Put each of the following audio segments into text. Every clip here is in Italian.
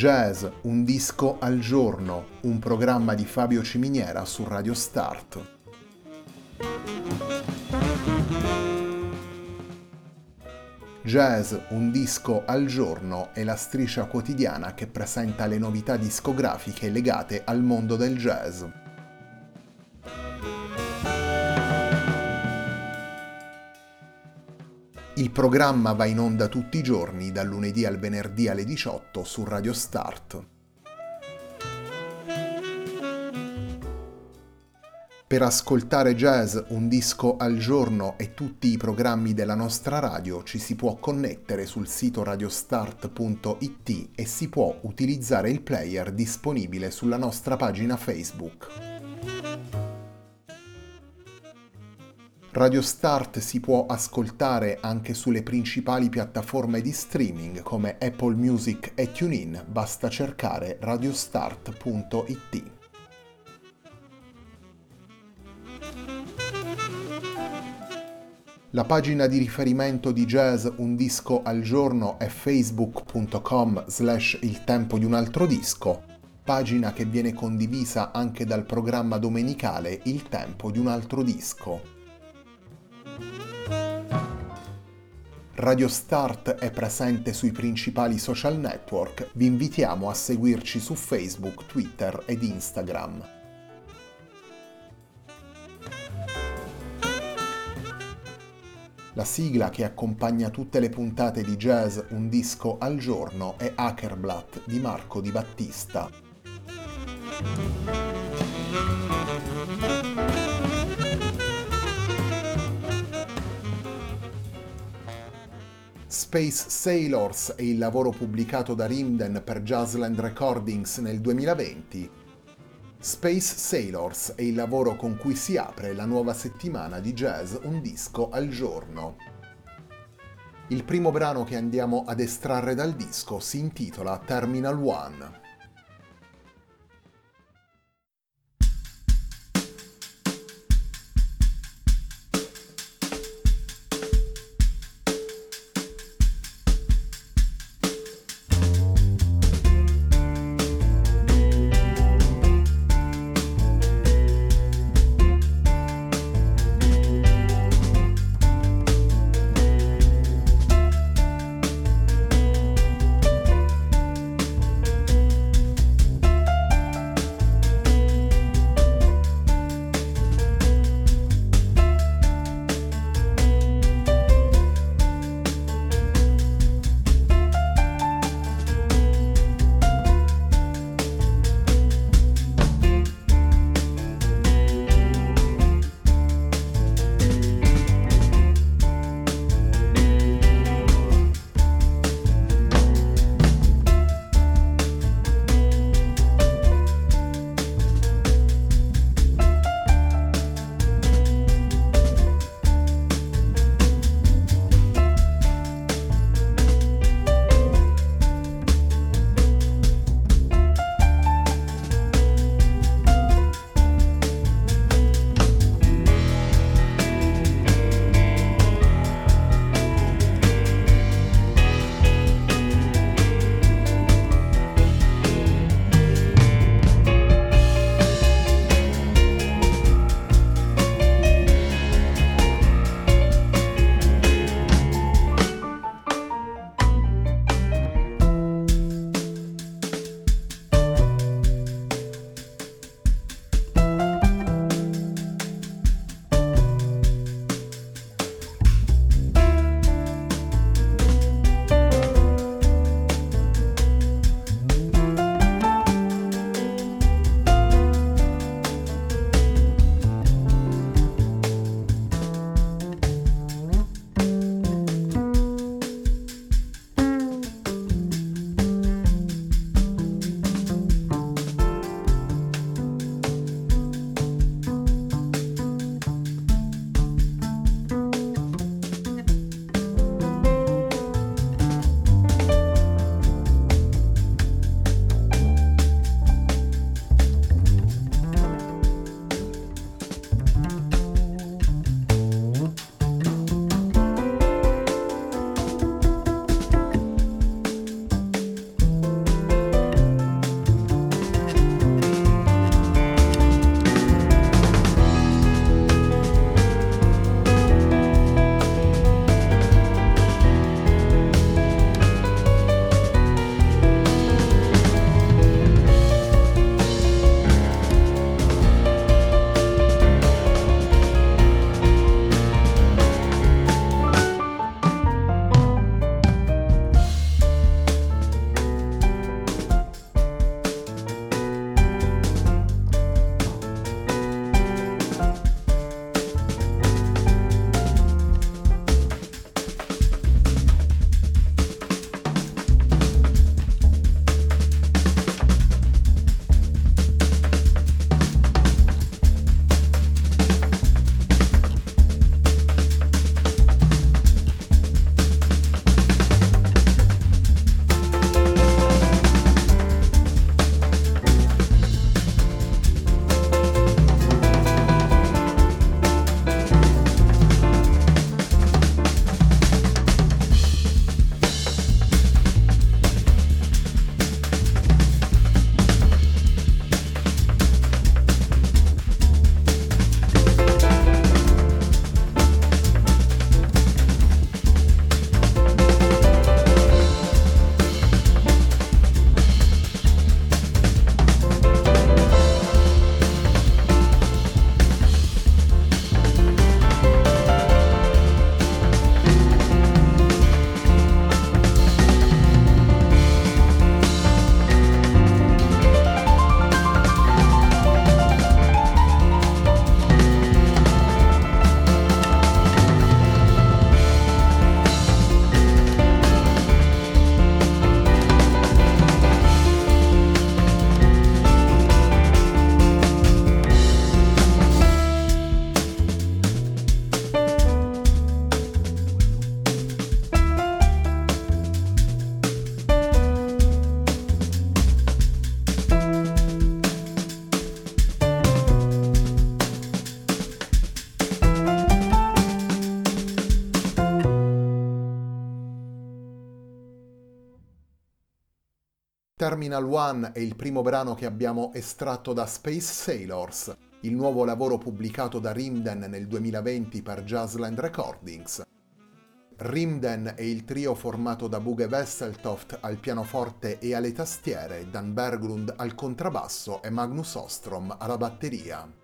Jazz, un disco al giorno, un programma di Fabio Ciminiera su Radio Start. Jazz, un disco al giorno è la striscia quotidiana che presenta le novità discografiche legate al mondo del jazz. Il programma va in onda tutti i giorni, dal lunedì al venerdì alle 18 su Radio Start. Per ascoltare Jazz, un disco al giorno e tutti i programmi della nostra radio ci si può connettere sul sito radiostart.it e si può utilizzare il player disponibile sulla nostra pagina Facebook. Radio Start si può ascoltare anche sulle principali piattaforme di streaming come Apple Music e TuneIn, basta cercare radiostart.it. La pagina di riferimento di Jazz Un Disco al Giorno è facebook.com/il tempo di un altro disco, pagina che viene condivisa anche dal programma domenicale Il tempo di un altro disco. Radio Start è presente sui principali social network, vi invitiamo a seguirci su Facebook, Twitter ed Instagram. La sigla che accompagna tutte le puntate di Jazz Un Disco al Giorno è Hackerblatt di Marco Di Battista. Space Sailors è il lavoro pubblicato da Rimden per Jazzland Recordings nel 2020. Space Sailors è il lavoro con cui si apre la nuova settimana di Jazz Un Disco al Giorno. Il primo brano che andiamo ad estrarre dal disco si intitola Terminal One. Terminal One è il primo brano che abbiamo estratto da Space Sailors, il nuovo lavoro pubblicato da Rimden nel 2020 per Jazzland Recordings. Rimden è il trio formato da Bugge Wesseltoft al pianoforte e alle tastiere, Dan Berglund al contrabbasso e Magnus Ostrom alla batteria.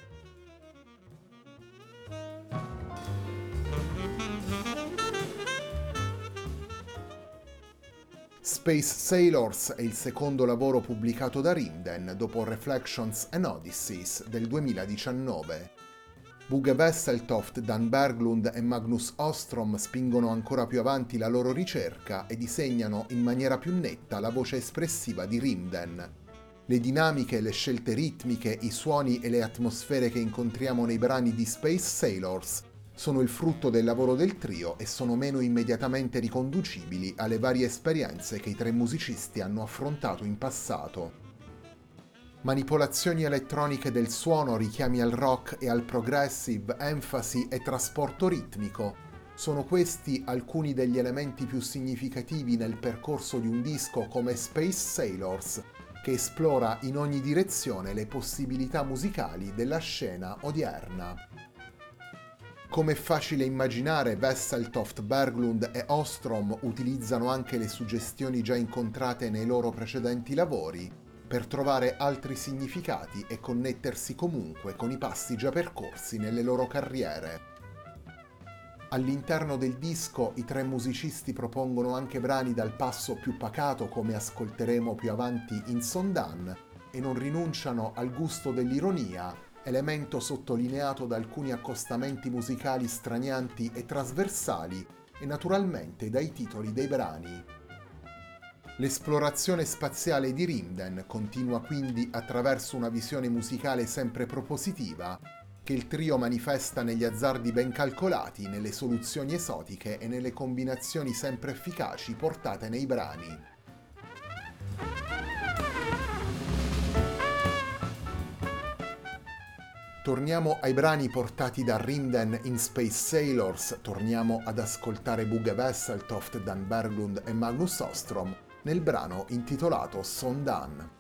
Space Sailors è il secondo lavoro pubblicato da Rimden dopo Reflections and Odysseys del 2019. Bugge Wesseltoft, Dan Berglund e Magnus Ostrom spingono ancora più avanti la loro ricerca e disegnano in maniera più netta la voce espressiva di Rimden. Le dinamiche, le scelte ritmiche, i suoni e le atmosfere che incontriamo nei brani di Space Sailors sono il frutto del lavoro del trio e sono meno immediatamente riconducibili alle varie esperienze che i tre musicisti hanno affrontato in passato. Manipolazioni elettroniche del suono, richiami al rock e al progressive, enfasi e trasporto ritmico. Sono questi alcuni degli elementi più significativi nel percorso di un disco come Space Sailors, che esplora in ogni direzione le possibilità musicali della scena odierna. Come è facile immaginare, Wesseltoft, Berglund e Ostrom utilizzano anche le suggestioni già incontrate nei loro precedenti lavori per trovare altri significati e connettersi comunque con i passi già percorsi nelle loro carriere. All'interno del disco i tre musicisti propongono anche brani dal passo più pacato, come ascolteremo più avanti in Sondan, e non rinunciano al gusto dell'ironia, elemento sottolineato da alcuni accostamenti musicali stranianti e trasversali e naturalmente dai titoli dei brani. L'esplorazione spaziale di Rimden continua quindi attraverso una visione musicale sempre propositiva che il trio manifesta negli azzardi ben calcolati, nelle soluzioni esotiche e nelle combinazioni sempre efficaci portate nei brani. Torniamo ai brani portati da Rimden in Space Sailors, torniamo ad ascoltare Bugge Wesseltoft, Dan Berglund e Magnus Ostrom nel brano intitolato Sondan.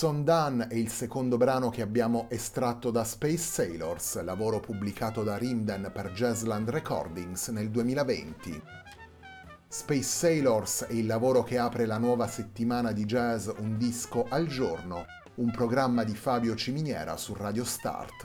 Son Done è il secondo brano che abbiamo estratto da Space Sailors, lavoro pubblicato da Rimden per Jazzland Recordings nel 2020. Space Sailors è il lavoro che apre la nuova settimana di jazz Un disco al giorno, un programma di Fabio Ciminiera su Radio Start.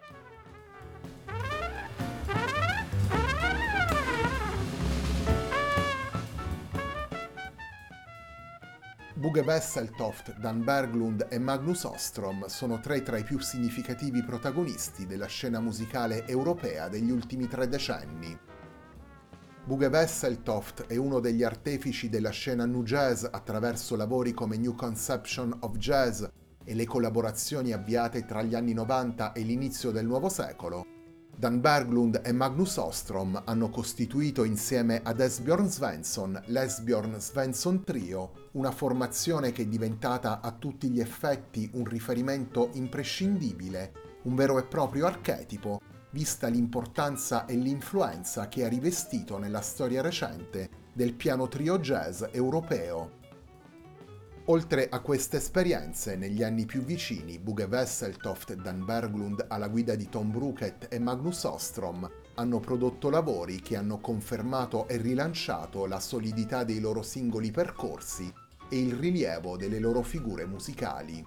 Bugge Wesseltoft, Dan Berglund e Magnus Ostrom sono tre tra i più significativi protagonisti della scena musicale europea degli ultimi 3 decenni. Bugge Wesseltoft è uno degli artefici della scena nu jazz attraverso lavori come New Conception of Jazz e le collaborazioni avviate tra gli anni 90 e l'inizio del nuovo secolo. Dan Berglund e Magnus Ostrom hanno costituito insieme ad Esbjörn Svensson l'Esbjörn Svensson Trio, una formazione che è diventata a tutti gli effetti un riferimento imprescindibile, un vero e proprio archetipo, vista l'importanza e l'influenza che ha rivestito nella storia recente del piano trio jazz europeo. Oltre a queste esperienze, negli anni più vicini, Bugge Wesseltoft e Dan Berglund alla guida di Tom Brookett e Magnus Ostrom hanno prodotto lavori che hanno confermato e rilanciato la solidità dei loro singoli percorsi e il rilievo delle loro figure musicali.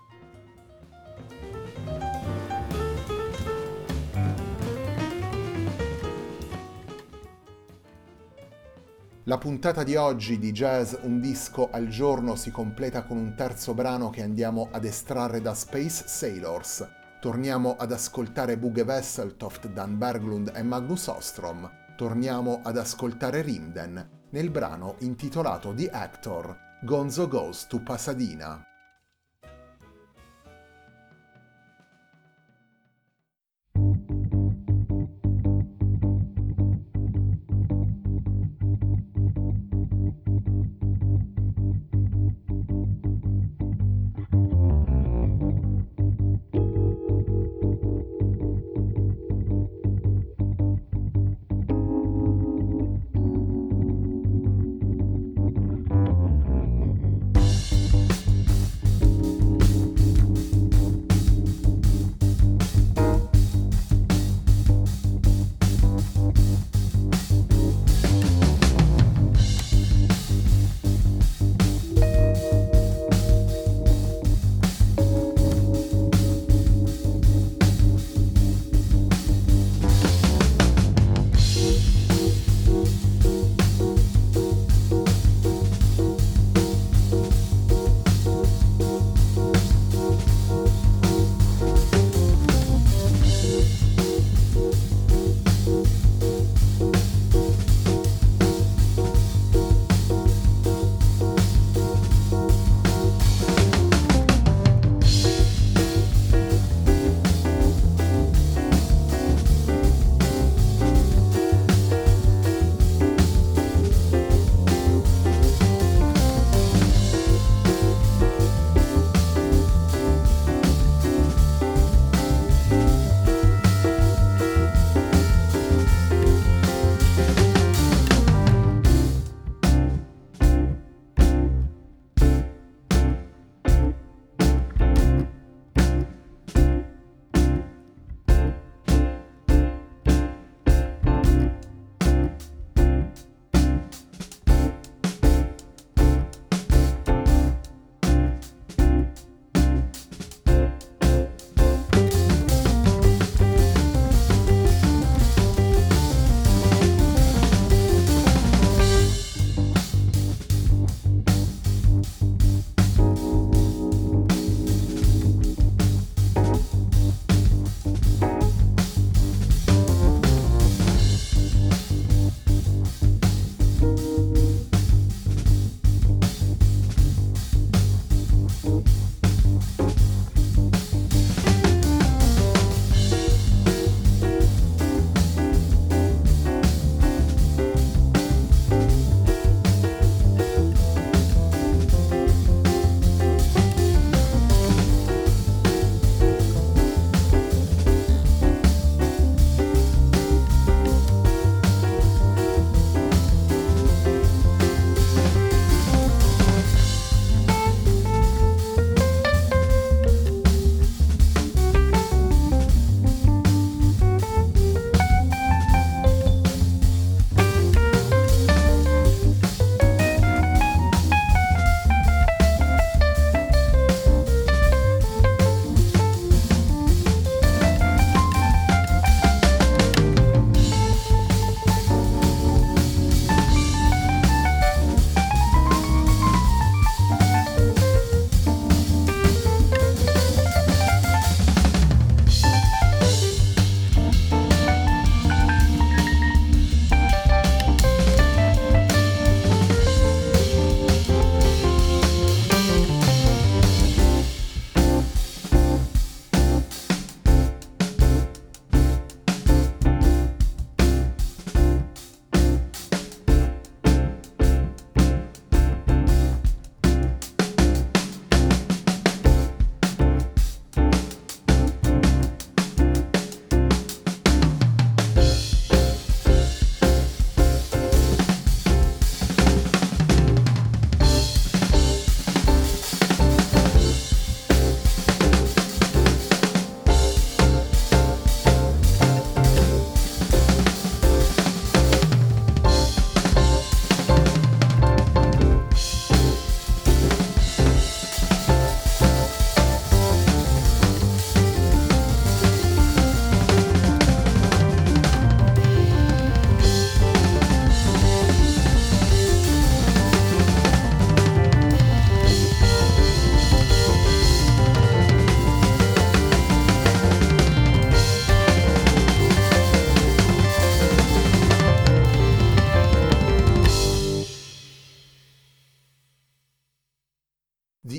La puntata di oggi di Jazz Un disco al giorno si completa con un terzo brano che andiamo ad estrarre da Space Sailors. Torniamo ad ascoltare Bugge Wesseltoft, Dan Berglund e Magnus Ostrom. Torniamo ad ascoltare Rimden nel brano intitolato The Actor, Gonzo Goes to Pasadena.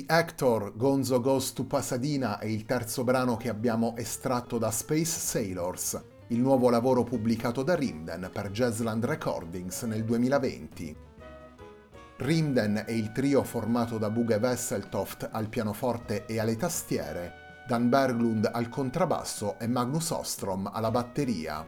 The Actor, Gonzo Goes to Pasadena è il terzo brano che abbiamo estratto da Space Sailors, il nuovo lavoro pubblicato da Rimden per Jazzland Recordings nel 2020. Rimden è il trio formato da Bugge Wesseltoft al pianoforte e alle tastiere, Dan Berglund al contrabbasso e Magnus Ostrom alla batteria.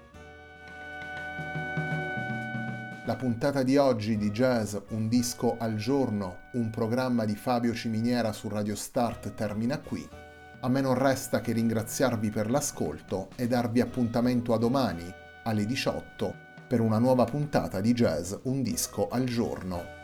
La puntata di oggi di Jazz Un disco al giorno, un programma di Fabio Ciminiera su Radio Start termina qui. A me non resta che ringraziarvi per l'ascolto e darvi appuntamento a domani alle 18 per una nuova puntata di Jazz Un disco al giorno.